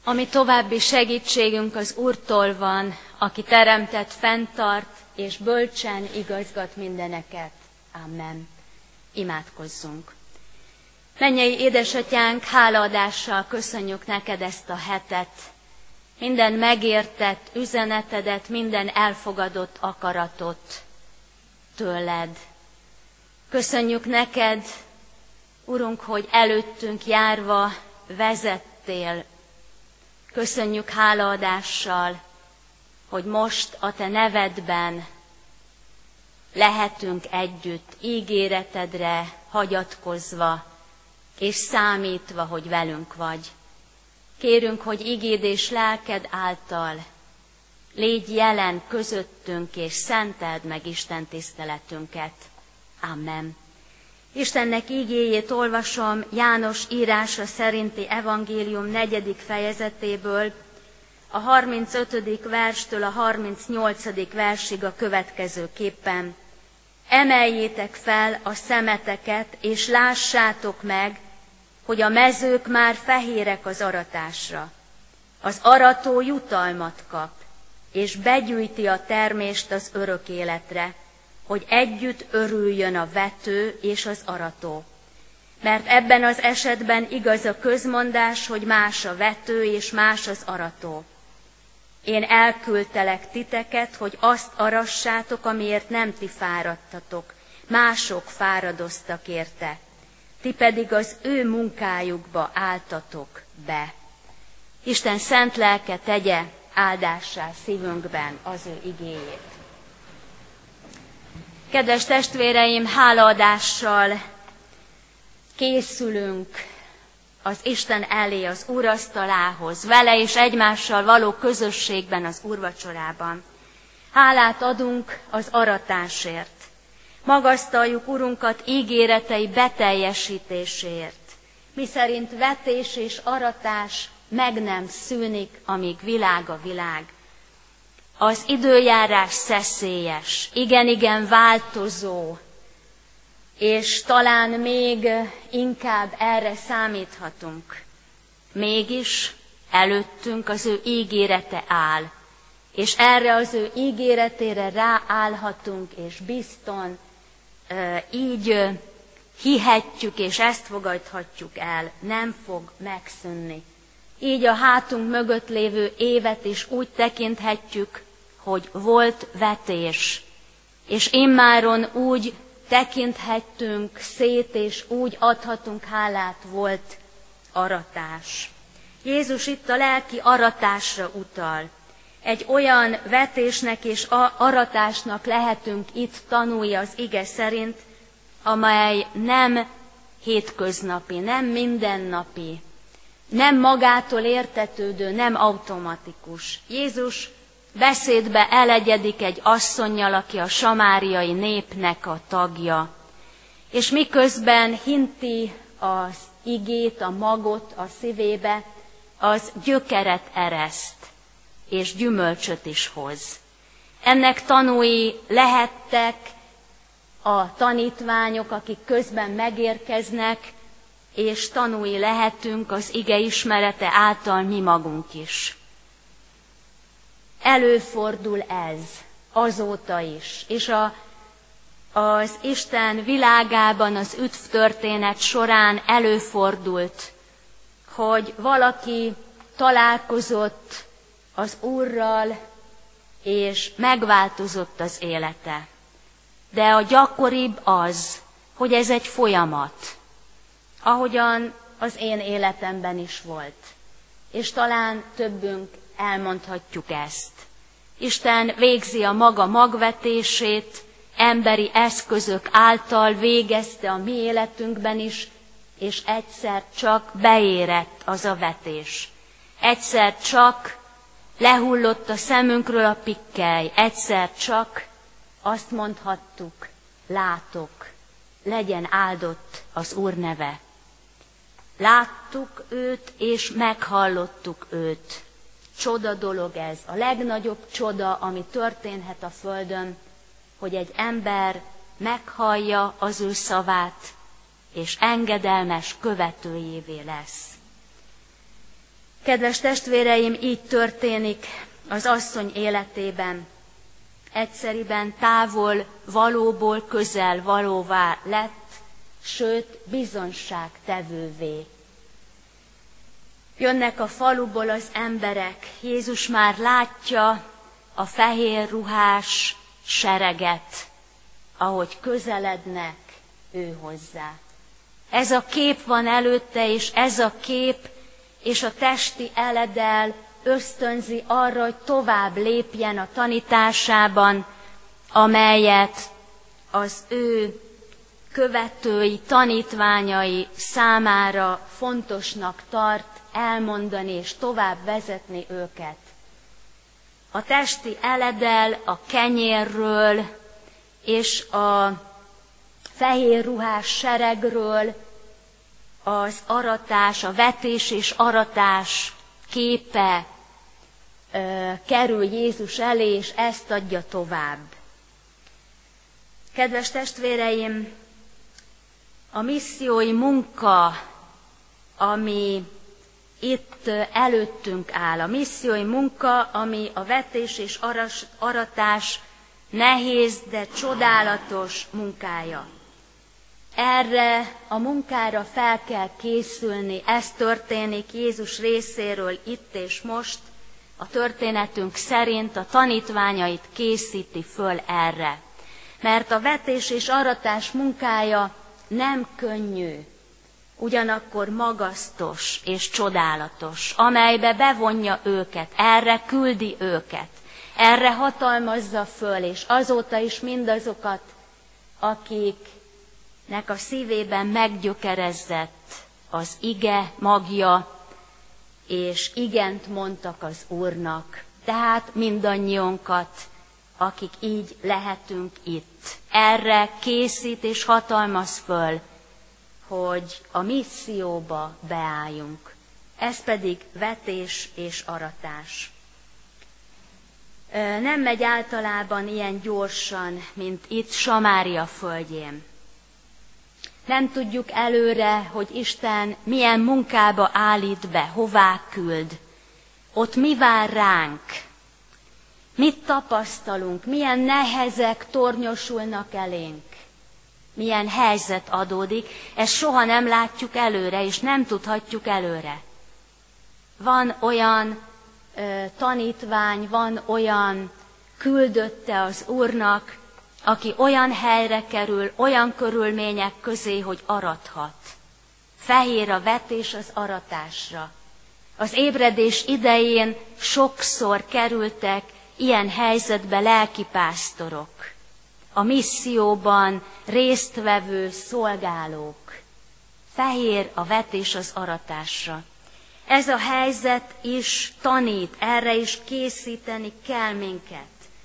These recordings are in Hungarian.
Ami további segítségünk az Úrtól van, aki teremtett, fenntart, és bölcsen igazgat mindeneket. Amen. Imádkozzunk. Mennyei édesatyánk, hálaadással köszönjük neked ezt a hetet, minden megértett üzenetedet, minden elfogadott akaratot tőled. Köszönjük neked, Urunk, hogy előttünk járva vezettél. Köszönjük hálaadással, hogy most a te nevedben lehetünk együtt, ígéretedre hagyatkozva, és számítva, hogy velünk vagy. Kérünk, hogy igéd és lelked által légy jelen közöttünk, és szenteld meg Isten tiszteletünket. Amen. Istennek ígéjét olvasom János írása szerinti evangélium 4. fejezetéből, a 35. verstől a 38. versig a következőképpen. Emeljétek fel a szemeteket, és lássátok meg, hogy a mezők már fehérek az aratásra. Az arató jutalmat kap, és begyűjti a termést az örök életre, hogy együtt örüljön a vető és az arató. Mert ebben az esetben igaz a közmondás, hogy más a vető és más az arató. Én elküldtelek titeket, hogy azt arassátok, amiért nem ti fáradtatok, mások fáradoztak érte. Ti pedig az ő munkájukba álltatok be. Isten szent lelke tegye áldássá szívünkben az ő igéjét. Kedves testvéreim, hálaadással készülünk az Isten elé, az úrasztalához, vele és egymással való közösségben, az úrvacsorában. Hálát adunk az aratásért. Magasztaljuk Urunkat ígéretei beteljesítéséért, miszerint vetés és aratás meg nem szűnik, amíg világ a világ. Az időjárás szeszélyes, igen változó, és talán még inkább erre számíthatunk. Mégis előttünk az ő ígérete áll, és erre az ő ígéretére ráállhatunk, és bizton így hihetjük, és ezt fogadhatjuk el, nem fog megszűnni. Így a hátunk mögött lévő évet is úgy tekinthetjük, hogy volt vetés, és immáron úgy tekinthettünk szét, és úgy adhatunk hálát, volt aratás. Jézus itt a lelki aratásra utal. Egy olyan vetésnek és aratásnak lehetünk itt tanulni az ige szerint, amely nem hétköznapi, nem mindennapi, nem magától értetődő, nem automatikus. Jézus beszédbe elegyedik egy asszonnyal, aki a samáriai népnek a tagja, és miközben hinti az igét, a magot a szívébe, az gyökeret ereszt, és gyümölcsöt is hoz. Ennek tanúi lehettek a tanítványok, akik közben megérkeznek, és tanúi lehetünk az ige ismerete által mi magunk is. Előfordul ez azóta is, és az Isten világában az üdv történet során előfordult, hogy valaki találkozott az Úrral, és megváltozott az élete. De a gyakoribb az, hogy ez egy folyamat, ahogyan az én életemben is volt. És talán többünk elmondhatjuk ezt. Isten végzi a maga magvetését, emberi eszközök által végezte a mi életünkben is, és egyszer csak beérett az a vetés. Egyszer csak lehullott a szemünkről a pikkely, egyszer csak azt mondhattuk, látok, legyen áldott az Úr neve. Láttuk őt, és meghallottuk őt. Csoda dolog ez, a legnagyobb csoda, ami történhet a földön, hogy egy ember meghallja az ő szavát, és engedelmes követőjévé lesz. Kedves testvéreim, így történik az asszony életében. Egyszeriben távol valóból közel valóvá lett, sőt bizonságtevővé. Jönnek a faluból az emberek, Jézus már látja a fehér ruhás sereget, ahogy közelednek ő hozzá. Ez a kép van előtte, és ez a kép és a testi eledel ösztönzi arra, hogy tovább lépjen a tanításában, amelyet az ő követői, tanítványai számára fontosnak tart elmondani és tovább vezetni őket. A testi eledel a kenyérről és a fehér ruhás seregről az aratás, a vetés és aratás képe kerül Jézus elé, és ezt adja tovább. Kedves testvéreim, a missziói munka, ami itt előttünk áll, a missziói munka, ami a vetés és aratás nehéz, de csodálatos munkája. Erre a munkára fel kell készülni, ez történik Jézus részéről itt és most, a történetünk szerint a tanítványait készíti föl erre. Mert a vetés és aratás munkája nem könnyű, ugyanakkor magasztos és csodálatos, amelybe bevonja őket, erre küldi őket, erre hatalmazza föl, és azóta is mindazokat, akiknek a szívében meggyökerezett az ige magja, és igent mondtak az Úrnak. Tehát mindannyiunkat, akik így lehetünk itt. Erre készít és hatalmaz föl, hogy a misszióba beálljunk. Ez pedig vetés és aratás. Nem megy általában ilyen gyorsan, mint itt Samária földjén. Nem tudjuk előre, hogy Isten milyen munkába állít be, hová küld. Ott mi vár ránk? Mit tapasztalunk? Milyen nehezek tornyosulnak elénk? Milyen helyzet adódik? Ezt soha nem látjuk előre, és nem tudhatjuk előre. Van olyan tanítvány, van olyan küldötte az Úrnak, aki olyan helyre kerül, olyan körülmények közé, hogy arathat. Fehér a vetés az aratásra. Az ébredés idején sokszor kerültek ilyen helyzetbe lelkipásztorok, a misszióban résztvevő szolgálók. Fehér a vetés az aratásra. Ez a helyzet is tanít, erre is készíteni kell minket.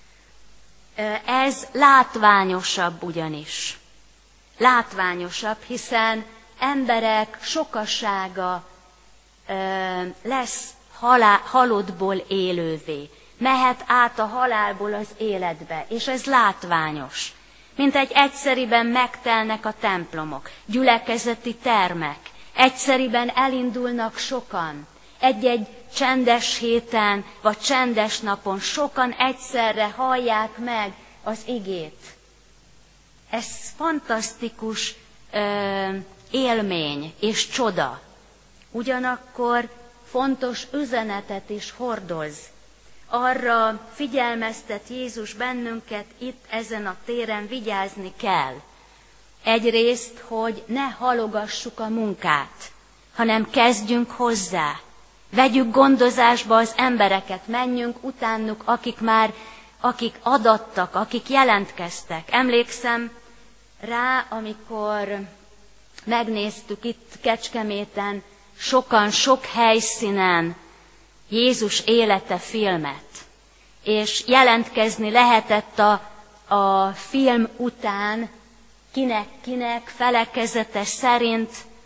Ez látványosabb ugyanis. Látványosabb, hiszen emberek sokasága lesz halottból élővé. Mehet át a halálból az életbe, és ez látványos. Mint egy egyszeriben megtelnek a templomok, gyülekezeti termek, egyszeriben elindulnak sokan, egy-egy csendes héten, vagy csendes napon sokan egyszerre hallják meg az igét. Ez fantasztikus élmény és csoda. Ugyanakkor fontos üzenetet is hordoz. Arra figyelmeztet Jézus bennünket itt ezen a téren, vigyázni kell. Egyrészt, hogy ne halogassuk a munkát, hanem kezdjünk hozzá. Vegyük gondozásba az embereket, menjünk utánuk, akik adattak, akik jelentkeztek. Emlékszem rá, amikor megnéztük itt Kecskeméten, sokan, sok helyszínen Jézus élete filmet, és jelentkezni lehetett a film után, kinek, felekezete szerint,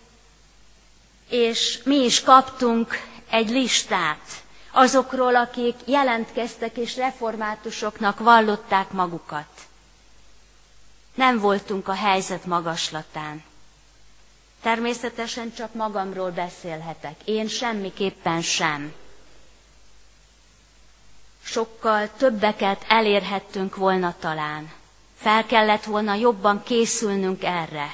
és mi is kaptunk egy listát azokról, akik jelentkeztek és reformátusoknak vallották magukat. Nem voltunk a helyzet magaslatán. Természetesen csak magamról beszélhetek. Én semmiképpen sem. Sokkal többeket elérhettünk volna talán. Fel kellett volna jobban készülnünk erre.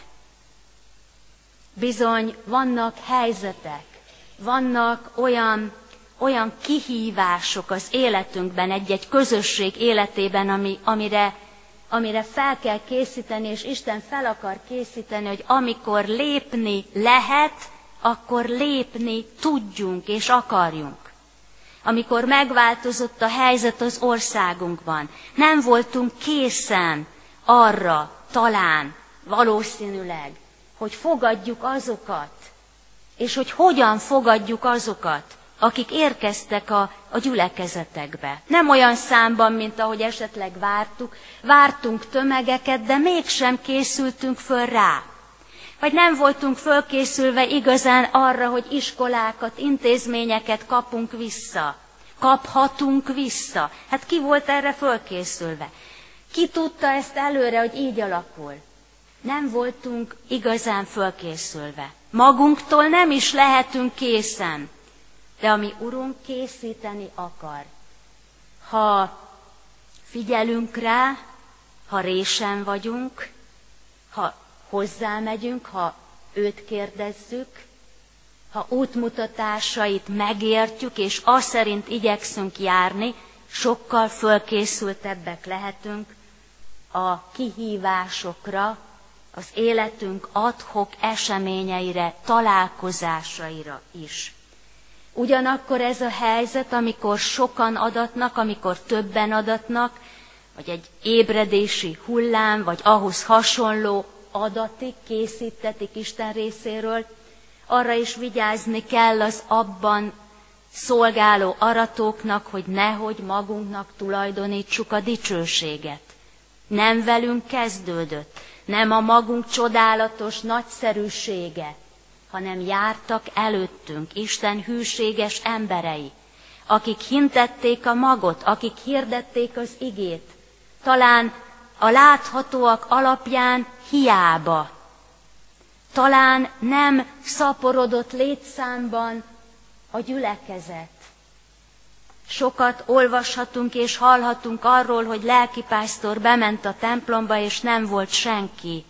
Bizony vannak helyzetek, vannak olyan kihívások az életünkben, egy-egy közösség életében, amire fel kell készíteni, és Isten fel akar készíteni, hogy amikor lépni lehet, akkor lépni tudjunk és akarjunk. Amikor megváltozott a helyzet az országunkban, nem voltunk készen arra, talán, valószínűleg, hogy fogadjuk azokat, és hogy hogyan fogadjuk azokat, akik érkeztek a gyülekezetekbe. Nem olyan számban, mint ahogy esetleg vártunk tömegeket, de mégsem készültünk föl rá. Vagy nem voltunk fölkészülve igazán arra, hogy iskolákat, intézményeket kaphatunk vissza. Hát ki volt erre fölkészülve? Ki tudta ezt előre, hogy így alakul? Nem voltunk igazán fölkészülve. Magunktól nem is lehetünk készen, de a mi Urunk készíteni akar. Ha figyelünk rá, ha résen vagyunk, ha hozzámegyünk, ha őt kérdezzük, ha útmutatásait megértjük, és azt szerint igyekszünk járni, sokkal fölkészültebbek lehetünk a kihívásokra, az életünk ad-hoc eseményeire, találkozásaira is. Ugyanakkor ez a helyzet, amikor sokan adatnak, amikor többen adatnak, vagy egy ébredési hullám, vagy ahhoz hasonló adatik, készítetik Isten részéről, arra is vigyázni kell az abban szolgáló aratóknak, hogy nehogy magunknak tulajdonítsuk a dicsőséget. Nem velünk kezdődött, nem a magunk csodálatos nagyszerűsége, hanem jártak előttünk Isten hűséges emberei, akik hintették a magot, akik hirdették az igét, talán a láthatóak alapján hiába, talán nem szaporodott létszámban a gyülekezet. Sokat olvashatunk és hallhatunk arról, hogy lelkipásztor bement a templomba, és nem volt senki.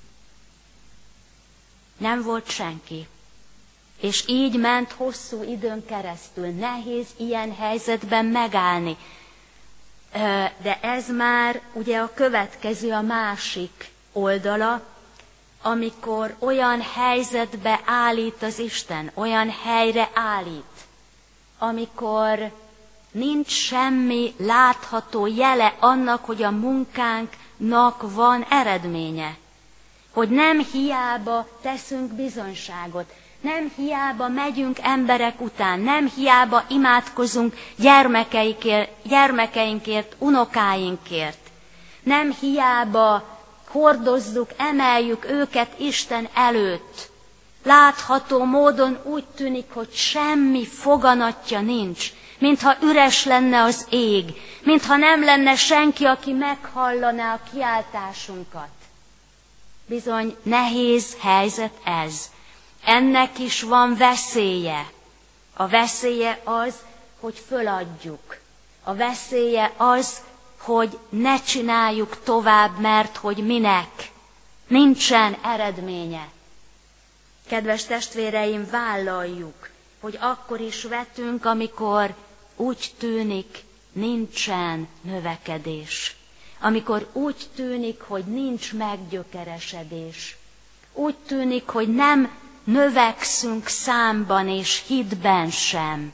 Nem volt senki. És így ment hosszú időn keresztül. Nehéz ilyen helyzetben megállni. De ez már ugye a következő, a másik oldala, amikor olyan helyzetbe állít az Isten, olyan helyre állít, amikor nincs semmi látható jele annak, hogy a munkánknak van eredménye. Hogy nem hiába teszünk bizonyságot, nem hiába megyünk emberek után, nem hiába imádkozunk gyermekeinkért, unokáinkért, nem hiába hordozzuk, emeljük őket Isten előtt. Látható módon úgy tűnik, hogy semmi foganatja nincs, mintha üres lenne az ég, mintha nem lenne senki, aki meghallaná a kiáltásunkat. Bizony nehéz helyzet ez. Ennek is van veszélye. A veszélye az, hogy föladjuk. A veszélye az, hogy ne csináljuk tovább, mert hogy minek. Nincsen eredménye. Kedves testvéreim, vállaljuk, hogy akkor is vetünk, amikor úgy tűnik, nincsen növekedés. Amikor úgy tűnik, hogy nincs meggyökeresedés. Úgy tűnik, hogy nem növekszünk számban és hitben sem.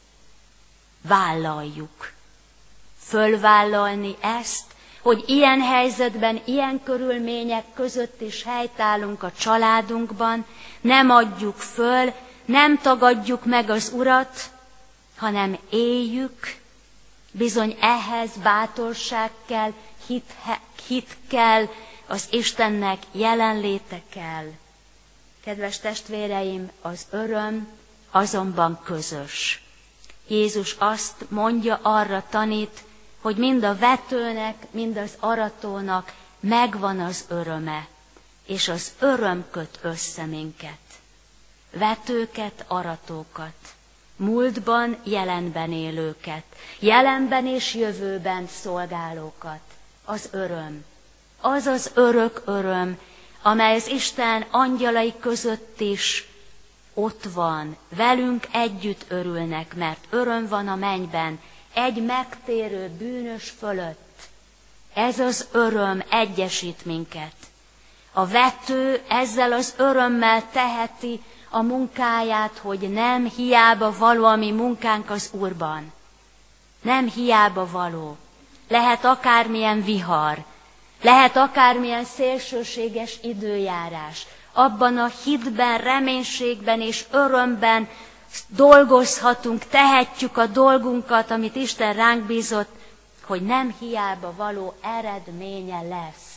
Vállaljuk. Fölvállalni ezt, hogy ilyen helyzetben, ilyen körülmények között is helytállunk a családunkban, nem adjuk föl, nem tagadjuk meg az Urat, hanem éljük. Bizony ehhez bátorság kell, hit kell, az Istennek jelenléte kell. Kedves testvéreim, az öröm azonban közös. Jézus azt mondja, arra tanít, hogy mind a vetőnek, mind az aratónak megvan az öröme. és az öröm köt össze minket. Vetőket, aratókat, múltban, jelenben élőket, jelenben és jövőben szolgálókat. Az öröm, az az örök öröm, amely az Isten angyalai között is ott van, velünk együtt örülnek, mert öröm van a mennyben, egy megtérő bűnös fölött. Ez az öröm egyesít minket. A vető ezzel az örömmel teheti a munkáját, hogy nem hiába való a mi munkánk az Úrban. Nem hiába való. Lehet akármilyen vihar, lehet akármilyen szélsőséges időjárás. Abban a hitben, reménységben és örömben dolgozhatunk, tehetjük a dolgunkat, amit Isten ránk bízott, hogy nem hiába való eredménye lesz.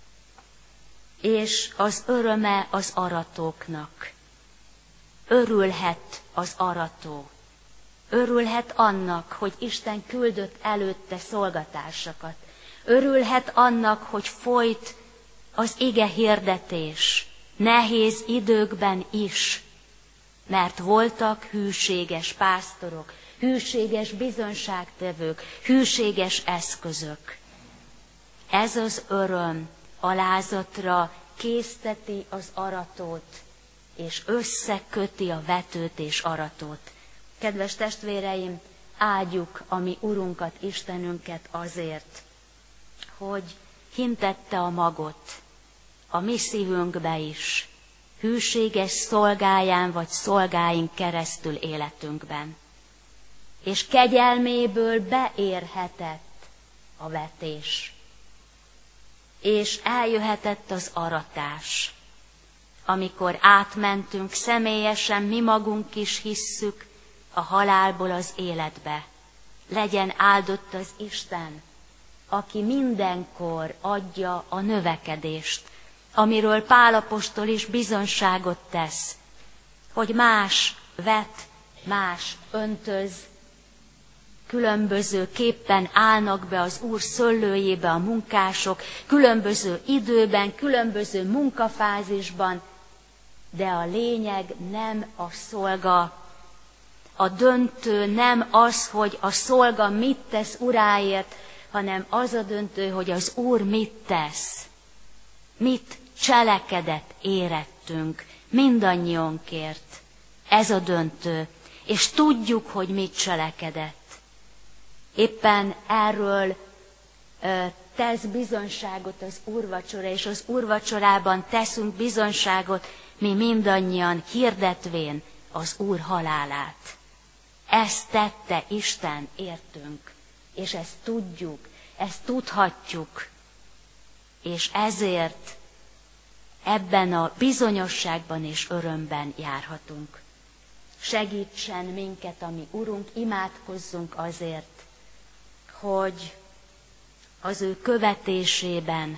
És az öröme az aratóknak. Örülhet az arató. Örülhet annak, hogy Isten küldött előtte szolgatársakat. Örülhet annak, hogy folyt az ige hirdetés, nehéz időkben is, mert voltak hűséges pásztorok, hűséges bizonságtevők, hűséges eszközök. Ez az öröm alázatra készteti az aratót, és összeköti a vetőt és aratót. Kedves testvéreim, áldjuk a mi Urunkat, Istenünket azért, hogy hintette a magot a mi szívünkbe is, hűséges szolgáján vagy szolgáink keresztül életünkben. És kegyelméből beérhetett a vetés, és eljöhetett az aratás. Amikor átmentünk, személyesen mi magunk is hisszük a halálból az életbe. Legyen áldott az Isten, aki mindenkor adja a növekedést, amiről Pál apostol is bizonságot tesz, hogy más vet, más öntöz, különbözőképpen állnak be az Úr szöllőjébe a munkások, különböző időben, különböző munkafázisban, de a lényeg nem a szolga. A döntő nem az, hogy a szolga mit tesz Uráért, hanem az a döntő, hogy az Úr mit tesz. Mit cselekedett érettünk, mindannyiunkért. Ez a döntő, és tudjuk, hogy mit cselekedett. Éppen erről tesz bizonyságot az úrvacsora, és az úrvacsorában teszünk bizonyságot mi mindannyian, hirdetvén az Úr halálát. Ezt tette Isten értünk, és ezt tudjuk, ezt tudhatjuk, és ezért ebben a bizonyosságban és örömben járhatunk. Segítsen minket, ami Urunk, imádkozzunk azért, hogy az ő követésében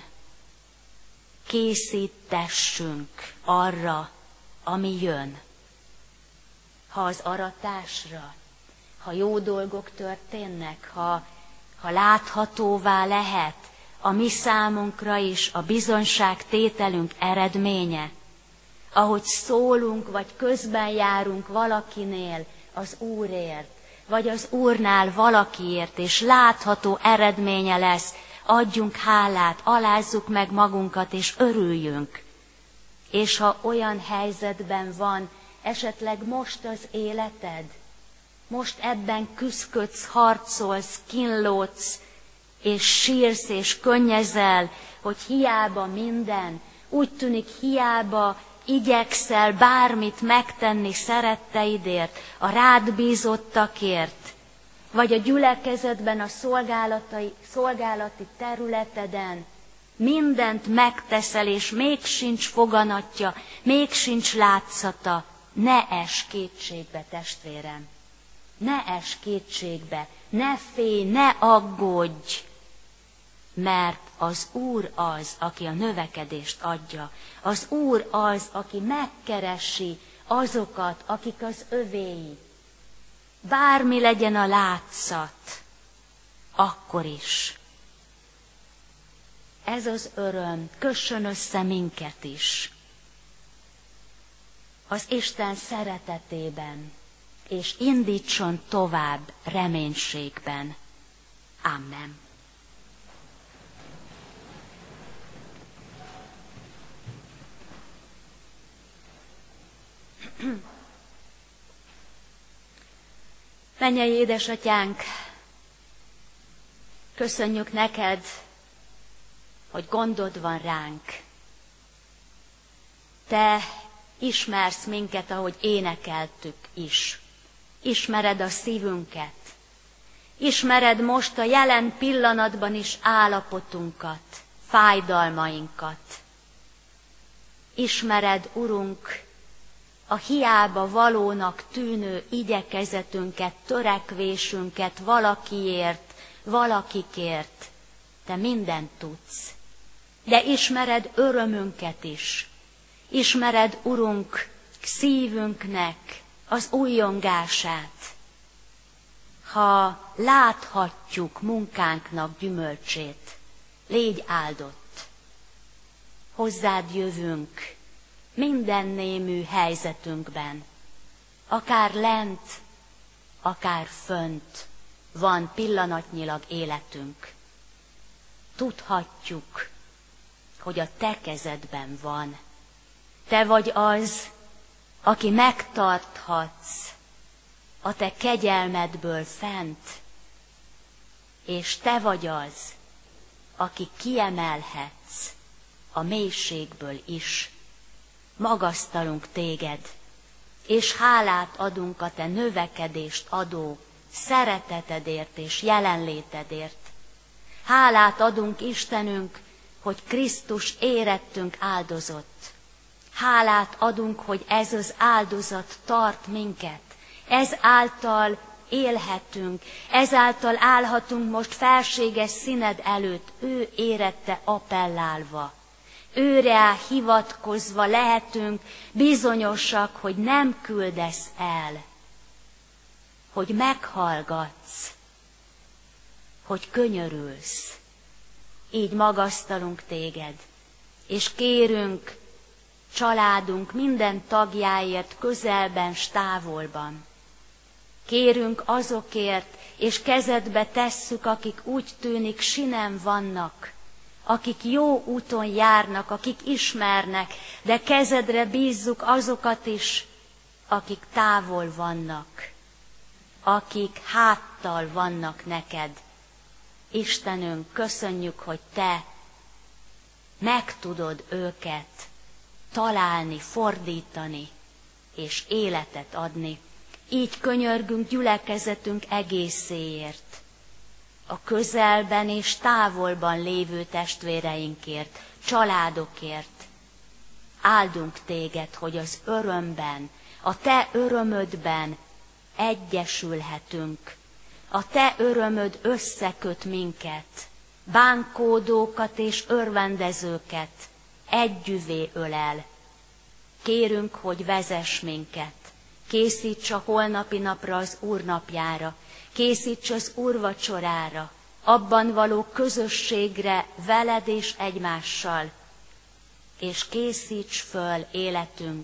készítessünk arra, ami jön. Ha az aratásra, ha jó dolgok történnek, ha láthatóvá lehet a mi számunkra is a bizonságtételünk eredménye, ahogy szólunk, vagy közben járunk valakinél az Úrért, vagy az Úrnál valakiért, és látható eredménye lesz, adjunk hálát, alázzuk meg magunkat, és örüljünk. És ha olyan helyzetben van, esetleg most az életed, most ebben küszködsz, harcolsz, kínlódsz, és sírsz, és könnyezel, hogy hiába minden, úgy tűnik hiába igyekszel bármit megtenni szeretteidért, a rád bízottakért, vagy a gyülekezetben, a szolgálati területeden, mindent megteszel, és még sincs foganatja, még sincs látszata, ne ess kétségbe, testvérem. Ne ess kétségbe, ne félj, ne aggódj, mert az Úr az, aki a növekedést adja. Az Úr az, aki megkeresi azokat, akik az övéi. Bármi legyen a látszat, akkor is. ez az öröm kössön össze minket is az Isten szeretetében, és indítson tovább reménységben. Amen. Mennyei édesatyánk, köszönjük neked, hogy gondod van ránk. Te ismersz minket, ahogy énekeltük is. Ismered a szívünket. Ismered most a jelen pillanatban is állapotunkat, fájdalmainkat. Ismered, Urunk, a hiába valónak tűnő igyekezetünket, törekvésünket valakiért, valakikért. Te mindent tudsz. De ismered örömünket is. Ismered, Urunk, szívünknek az újongását. Ha láthatjuk munkánknak gyümölcsét, légy áldott. Hozzád jövünk minden némű helyzetünkben, akár lent, akár fönt van pillanatnyilag életünk. Tudhatjuk, hogy a te kezedben van. Te vagy az, aki megtarthatsz a te kegyelmedből fent, és te vagy az, aki kiemelhetsz a mélységből is. Magasztalunk téged, és hálát adunk a te növekedést adó szeretetedért és jelenlétedért. Hálát adunk, Istenünk, hogy Krisztus érettünk áldozott. Hálát adunk, hogy ez az áldozat tart minket. Ezáltal élhetünk, ezáltal állhatunk most felséges színed előtt, ő érette appellálva. Őre hivatkozva lehetünk bizonyosak, hogy nem küldesz el, hogy meghallgatsz, hogy könyörülsz. Így magasztalunk téged, és kérünk családunk minden tagjáért közelben s távolban. Kérünk azokért, és kezedbe tesszük, akik úgy tűnik sinem vannak, akik jó úton járnak, akik ismernek, de kezedre bízzuk azokat is, akik távol vannak, akik háttal vannak neked. Istenünk, köszönjük, hogy te meg tudod őket találni, fordítani és életet adni. Így könyörgünk gyülekezetünk egészéért, a közelben és távolban lévő testvéreinkért, családokért. Áldunk téged, hogy az örömben, a te örömödben egyesülhetünk. A te örömöd összeköt minket, bánkódókat és örvendezőket együvé ölel. Kérünk, hogy vezess minket, készíts a holnapi napra, az Úr napjára, készíts az úrvacsorára, abban való közösségre veled és egymással, és készíts föl életünk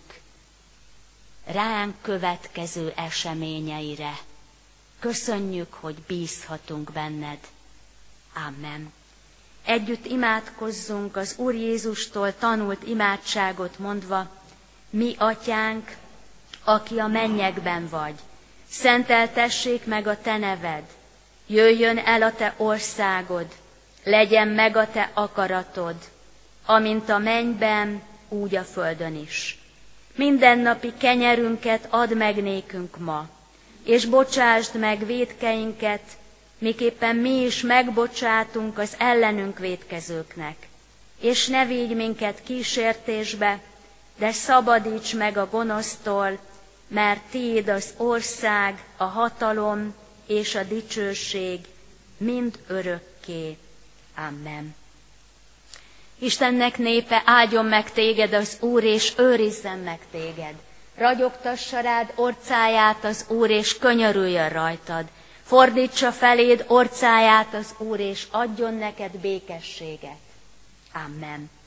ránk következő eseményeire. Köszönjük, hogy bízhatunk benned. Amen. Együtt imádkozzunk az Úr Jézustól tanult imádságot mondva: Mi atyánk, aki a mennyekben vagy, szenteltessék meg a te neved, jöjjön el a te országod, legyen meg a te akaratod, amint a mennyben, úgy a földön is. Mindennapi kenyerünket add meg nékünk ma, és bocsásd meg vétkeinket, miképpen mi is megbocsátunk az ellenünk vétkezőknek. És ne vigy minket kísértésbe, de szabadíts meg a gonosztól, mert tiéd az ország, a hatalom és a dicsőség mind örökké. Amen. Istennek népe, áldjon meg téged az Úr, és őrizzen meg téged. Ragyogtassa rád orcáját az Úr, és könyörüljön rajtad. Fordítsa feléd orcáját az Úr, és adjon neked békességet. Amen.